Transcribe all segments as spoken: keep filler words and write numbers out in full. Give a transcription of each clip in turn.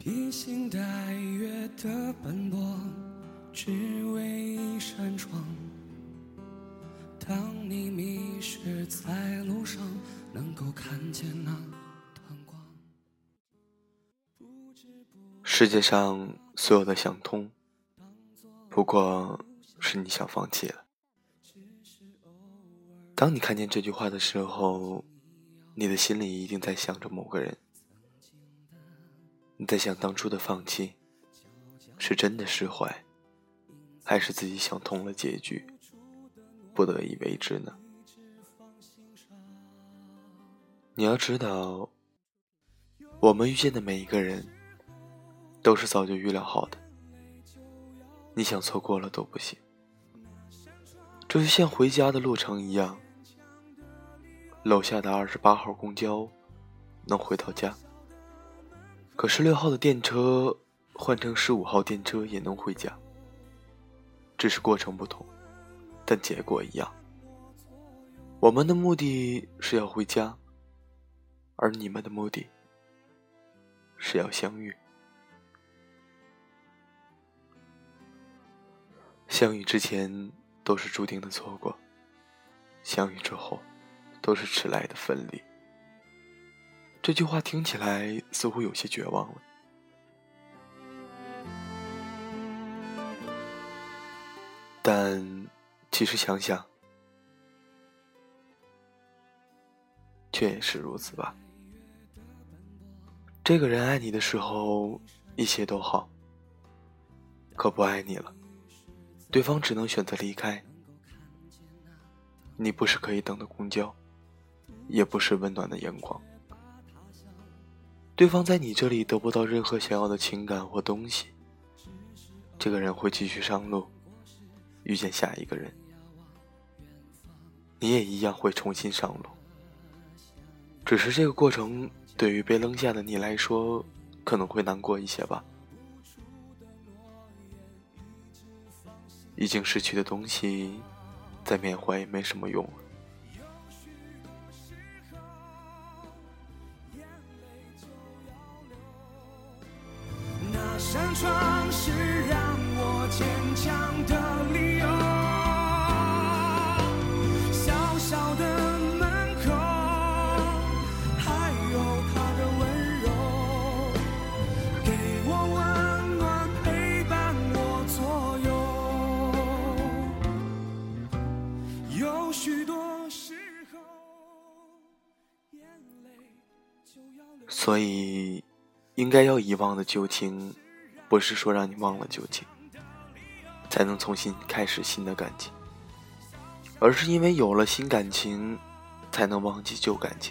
披星戴月的奔波，只为一扇窗。当你迷失在路上，能够看见那团光。 世界上所有的想通，不过是你想放弃了。当你看见这句话的时候，你的心里一定在想着某个人。你在想当初的放弃，是真的释怀，还是自己想通了结局，不得已为之呢？你要知道，我们遇见的每一个人，都是早就预料好的，你想错过了都不行。这就像回家的路程一样，楼下的二十八号公交能回到家，可是六号的电车换成十五号电车也能回家，只是过程不同，但结果一样。我们的目的是要回家，而你们的目的是要相遇。相遇之前都是注定的错过，相遇之后都是迟来的分离。这句话听起来似乎有些绝望了，但其实想想，却也是如此吧。这个人爱你的时候，一切都好，可不爱你了，对方只能选择离开。你不是可以等的公交，也不是温暖的阳光。对方在你这里得不到任何想要的情感或东西，这个人会继续上路，遇见下一个人，你也一样会重新上路。只是这个过程对于被扔下的你来说，可能会难过一些吧。已经失去的东西，再缅怀也没什么用了。 那扇窗是让我坚强的理由，小小的门口，还有他的温柔，给我温暖，陪伴我左右。有许多时候，眼泪就要流。 所以应该要遗忘的旧情，不是说让你忘了旧情才能重新开始新的感情，而是因为有了新感情才能忘记旧感情。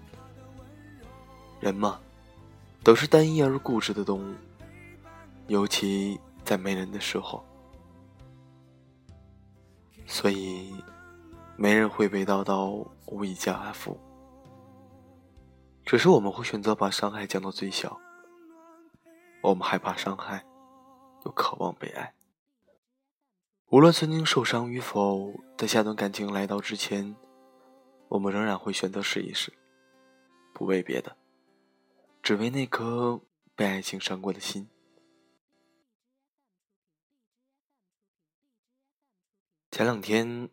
人嘛，都是单一而固执的动物，尤其在没人的时候，所以没人会被叨叨无以加负，只是我们会选择把伤害降到最小。我们害怕伤害，又渴望被爱。无论曾经受伤与否，在下段感情来到之前，我们仍然会选择试一试，不为别的，只为那颗被爱情伤过的心。前两天，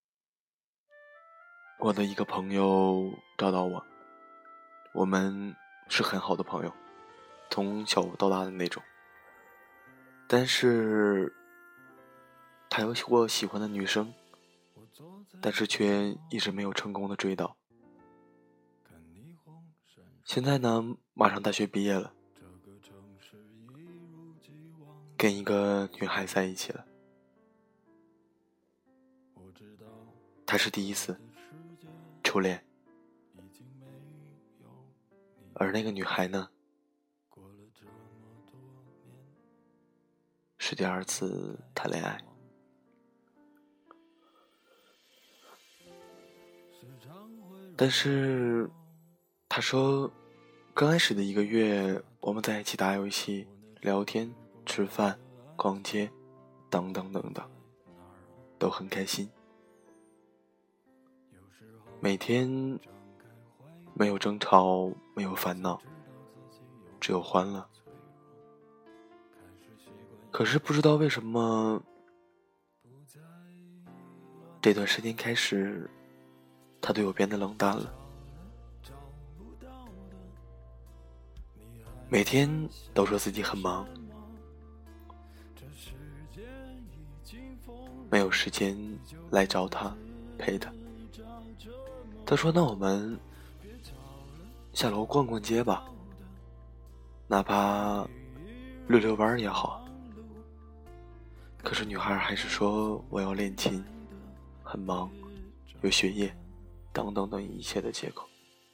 我的一个朋友找到我，我们是很好的朋友，从小到大的那种，但是他有过喜欢的女生，但是却一直没有成功的追到。现在呢，马上大学毕业了，跟一个女孩在一起了。他是第一次初恋，而那个女孩呢，是第二次谈恋爱。但是他说，刚开始的一个月，我们在一起打游戏、聊天、吃饭、逛街等等等等，都很开心。每天没有争吵，没有烦恼，只有欢乐， 可是不知道为什么这段时间开始他对我变得冷淡了，每天都说自己很忙，没有时间来找他陪他。他说那我们下楼逛逛街吧，哪怕溜溜弯也好。可是女孩还是说我要练琴，很忙，有学业等等等一切的借口。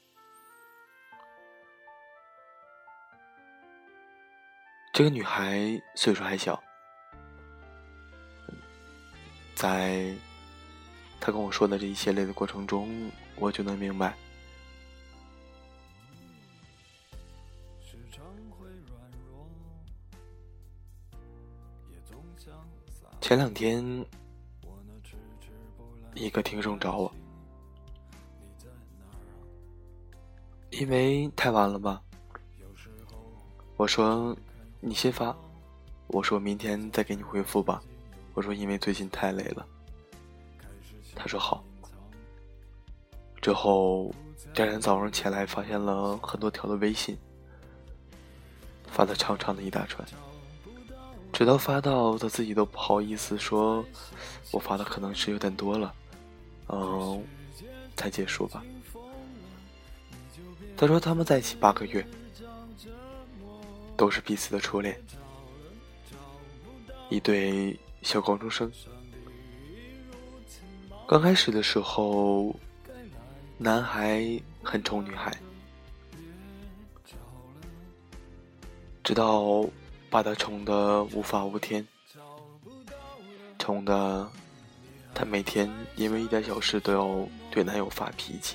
这个女孩岁数还小，在她跟我说的这一系列的过程中，我就能明白，前两天一个听众找我，因为太晚了吧，我说你先发，我说明天再给你回复吧，我说因为最近太累了。他说好。之后第二天早上起来发现了很多条的微信，发的长长的一大串，直到发到他自己都不好意思说我发的可能是有点多了，嗯，才结束吧。他说他们在一起八个月，都是彼此的初恋，一对小高中生。刚开始的时候，男孩很宠女孩，直到把她宠得无法无天，宠得她每天因为一点小事都要对男友发脾气，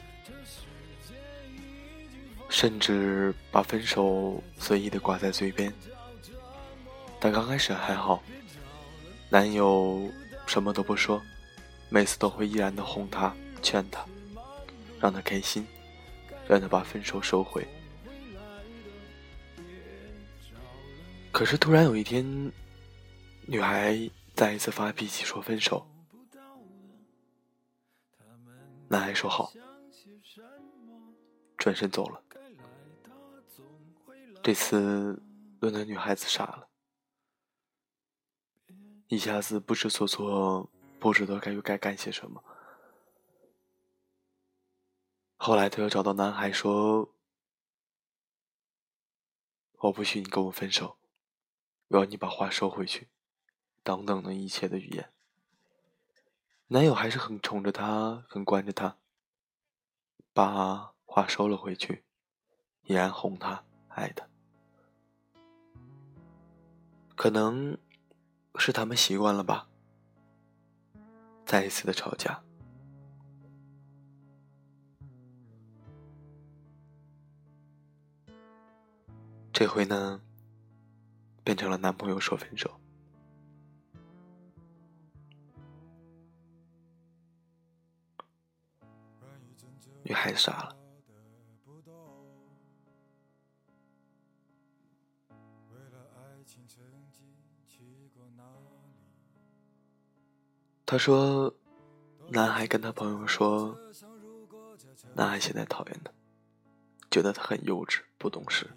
甚至把分手随意地挂在嘴边。但刚开始还好，男友什么都不说，每次都会依然的哄她劝她，让她开心，让她把分手收回。可是突然有一天，女孩再一次发脾气说分手，男孩说好，转身走了。这次轮到女孩子傻了，一下子不知所措，不知道该又该干些什么。后来他又找到男孩说，我不许你跟我分手，我要你把话收回去，等等的一切的语言。男友还是很宠着她，很惯着她，把话收了回去，依然哄她爱她。可能是他们习惯了吧，再一次的吵架。这回呢，变成了男朋友说分手。女孩子傻了，他说男孩跟他朋友说，男孩现在讨厌他，觉得他很幼稚不懂事，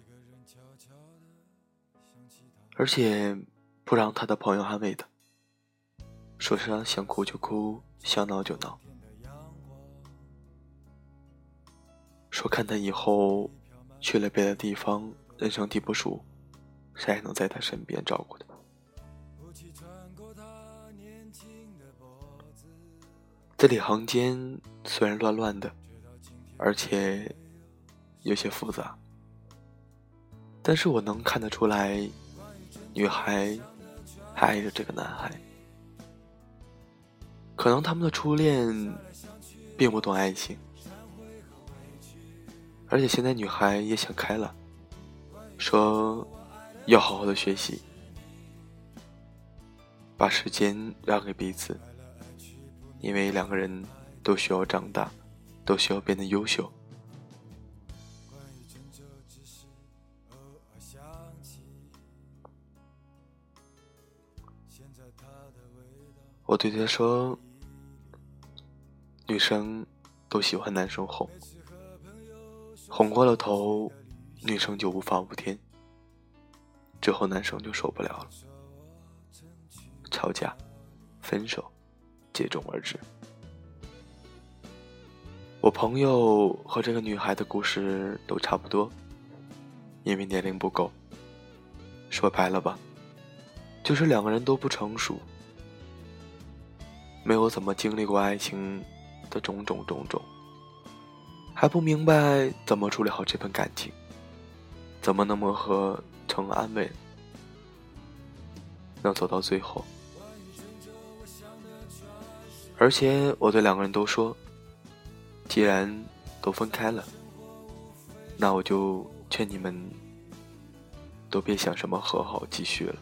而且不让他的朋友安慰他，说是想哭就哭，想闹就闹，说看他以后去了别的地方，人生地不熟，谁还能在他身边照顾他。字里行间虽然乱乱的，而且有些复杂，但是我能看得出来，女孩还爱着这个男孩。可能他们的初恋并不懂爱情，而且现在女孩也想开了，说要好好的学习，把时间让给彼此，因为两个人都需要长大，都需要变得优秀。 我对他说，女生都喜欢男生哄，哄过了头，女生就无法无天，之后男生就受不了了，吵架、分手接踵而至。我朋友和这个女孩的故事都差不多，因为年龄不够，说白了吧，就是两个人都不成熟，没有怎么经历过爱情的种种种种，还不明白怎么处理好这份感情，怎么能磨合成安慰，能走到最后。而且我对两个人都说，既然都分开了，那我就劝你们都别想什么和好继续了，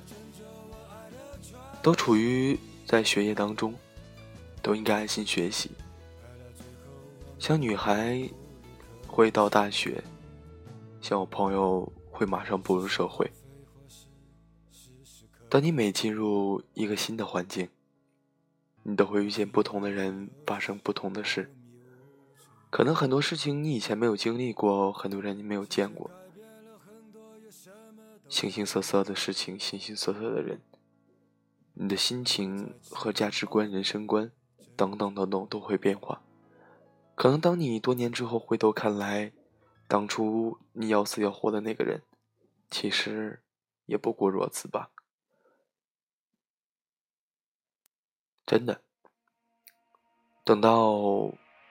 都处于在学业当中，都应该安心学习。像女孩会到大学，像我朋友会马上步入社会。当你每进入一个新的环境，你都会遇见不同的人，发生不同的事。可能很多事情你以前没有经历过，很多人你没有见过，形形色色的事情，形形色色的人，你的心情和价值观、人生观等等等等都会变化。可能当你多年之后回头看来，当初你要死要活的那个人，其实也不过如此吧。真的，等到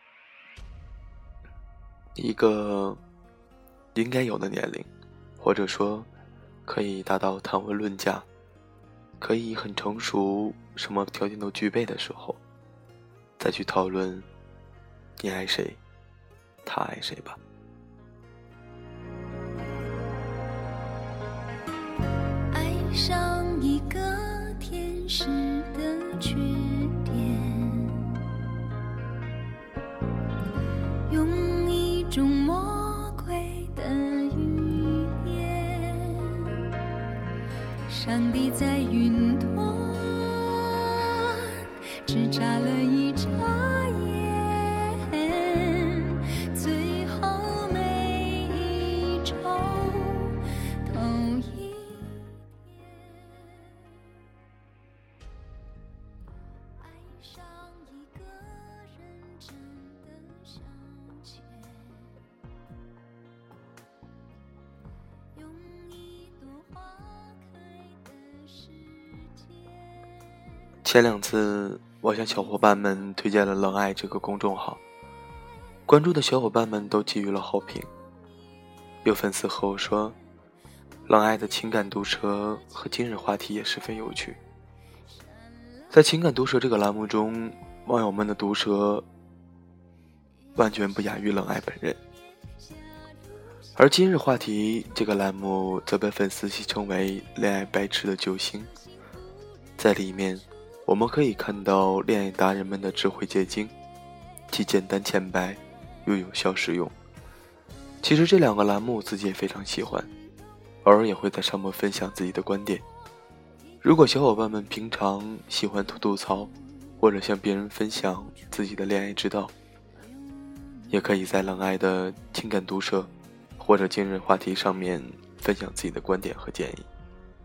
一个应该有的年龄，或者说可以达到谈婚论嫁，可以很成熟，什么条件都具备的时候，再去讨论你爱谁，他爱谁吧。 爱上一个天使的缺点，用一种魔鬼的语言，上帝在云端只眨了一眨眼，最后每一周都一天，爱上一个认真的消遣，用一朵花开的时间。 前两次我向小伙伴们推荐了冷爱这个公众号，关注的小伙伴们都给予了好评。有粉丝和我说，冷爱的情感毒舌和今日话题也十分有趣。在情感毒舌这个栏目中，网友们的毒舌完全不亚于冷爱本人，而今日话题这个栏目则被粉丝戏称为恋爱白痴的救星。在里面我们可以看到恋爱达人们的智慧结晶，既简单浅白又有效实用。其实这两个栏目自己也非常喜欢，偶尔也会在上面分享自己的观点。如果小伙伴们平常喜欢吐吐槽，或者向别人分享自己的恋爱之道，也可以在冷爱的情感毒舌或者今日话题上面分享自己的观点和建议。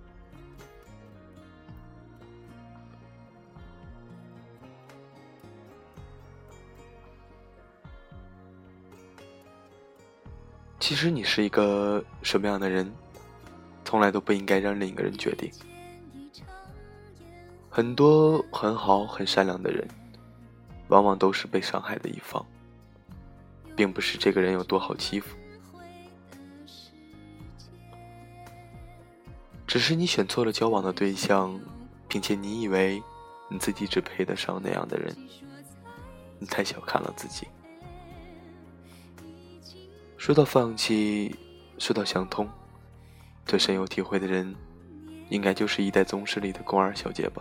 其实你是一个什么样的人，从来都不应该让另一个人决定。很多很好很善良的人，往往都是被伤害的一方，并不是这个人有多好欺负，只是你选错了交往的对象，并且你以为你自己只配得上那样的人，你太小看了自己。说到放弃，说到相通，最深有体会的人，应该就是一代宗师里的宫二小姐吧。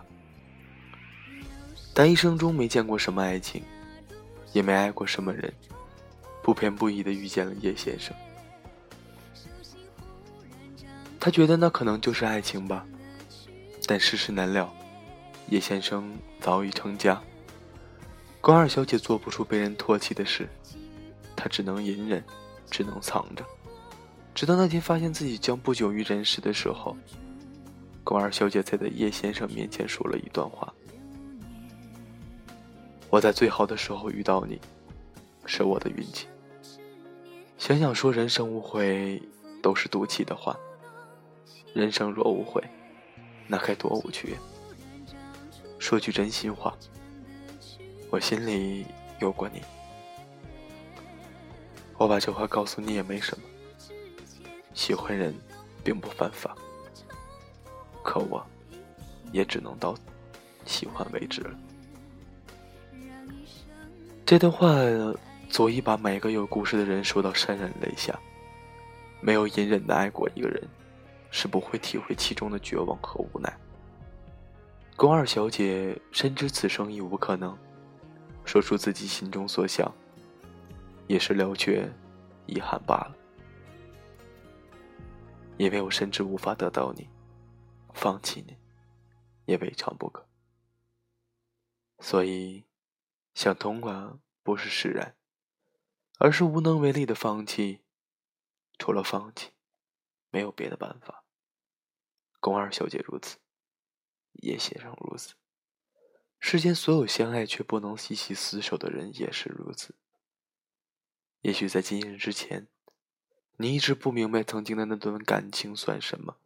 但一生中没见过什么爱情，也没爱过什么人，不偏不倚地遇见了叶先生。他觉得那可能就是爱情吧， 但世事难料，叶先生早已成家。关二小姐做不出被人唾弃的事，她只能隐忍，只能藏着，直到那天发现自己将不久于人世的时候，关二小姐才在叶先生面前说了一段话：我在最好的时候遇到你，是我的运气。想想说人生无悔都是赌气的话，人生若无悔，那该多无趣呀。说句真心话，我心里有过你。我把这话告诉你也没什么，喜欢人并不犯法，可我也只能到喜欢为止了。这段话足以把每个有故事的人说到潸然泪下。没有隐忍的爱过一个人，是不会体会其中的绝望和无奈。宫二小姐深知此生已无可能，说出自己心中所想，也是了却遗憾罢了。因为我深知无法得到你，放弃你也未尝不可。所以想通了，不是释然，而是无能为力的放弃。除了放弃，没有别的办法。宫二小姐如此，叶先生如此，世间所有相爱却不能细细厮守的人也是如此。也许在今日之前，你一直不明白曾经的那段感情算什么。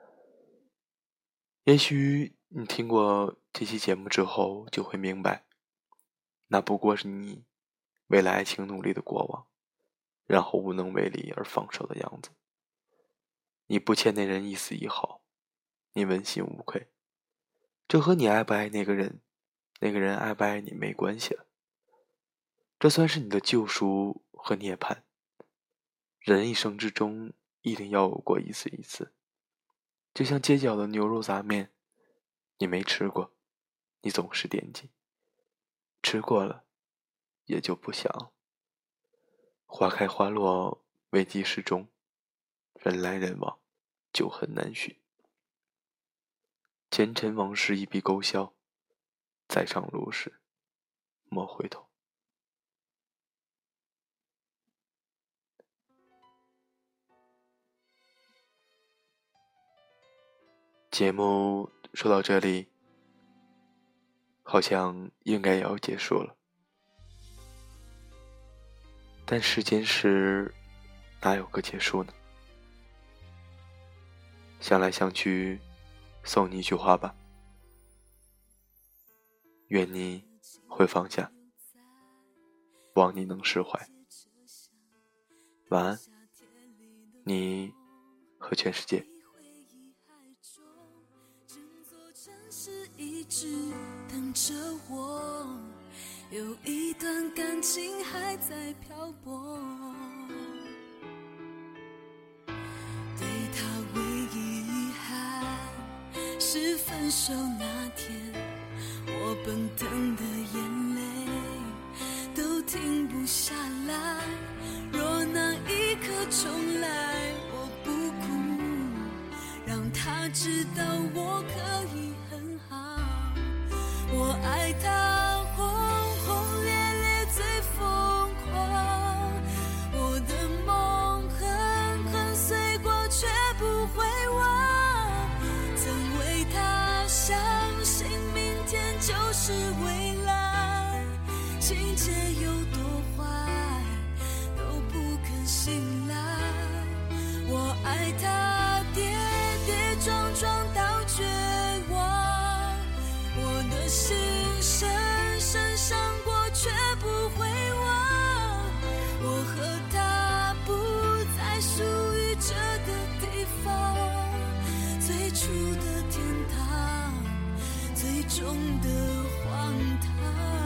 也许你听过这期节目之后就会明白，那不过是你为了爱情努力的过往，然后无能为力而放手的样子。你不欠那人一丝一毫，你问心无愧，这和你爱不爱那个人，那个人爱不爱你没关系了。这算是你的救赎和涅槃。人一生之中一定要有过一次一次，就像街角的牛肉杂面，你没吃过，你总是惦记，吃过了也就不想了。花开花落危机始终，人来人往旧恨难寻。前尘往事一笔勾销，再上路时莫回头。节目说到这里，好像应该也要结束了。但时间是哪有个结束呢？想来想去，送你一句话吧：愿你会放下，望你能释怀。晚安，你和全世界。 一直等着我，有一段感情还在漂泊，对他唯一遗憾是分手那天，我奔腾的眼泪都停不下来。若那一刻重来，我不哭，让他知道我可以很好。我爱他轰轰烈烈最疯狂，我的梦狠狠碎过却不会忘，曾为他相信明天就是未来，情节有多坏都不肯醒来。我爱他跌跌撞撞到绝望，我的心深深伤过却不会忘，我和他不再属于这个地方，最初的天堂，最终的荒唐。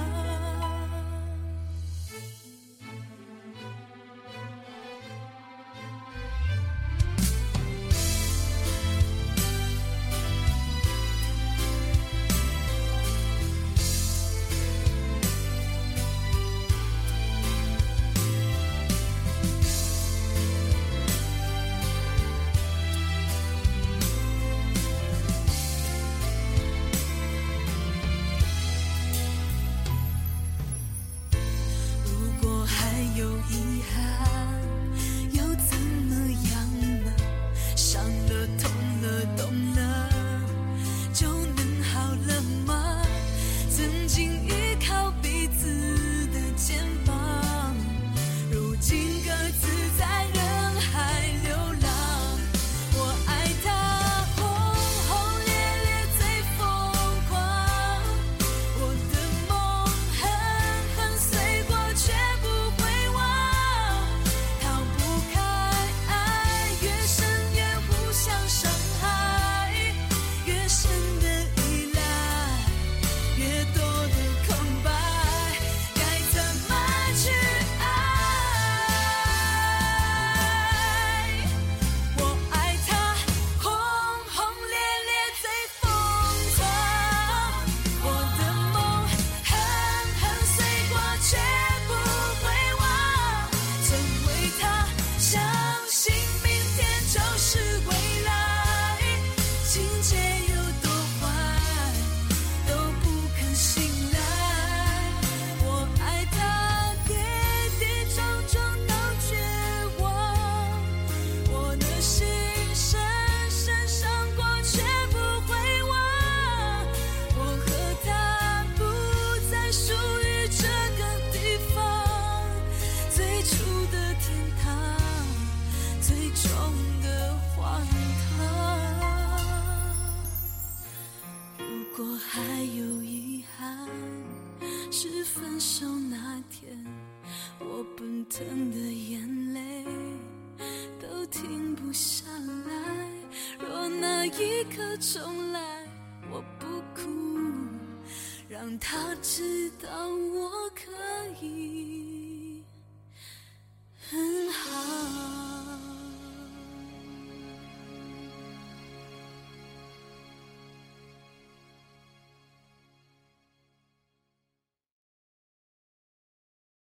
下来。若那一刻重来，我不哭，让他知道我可以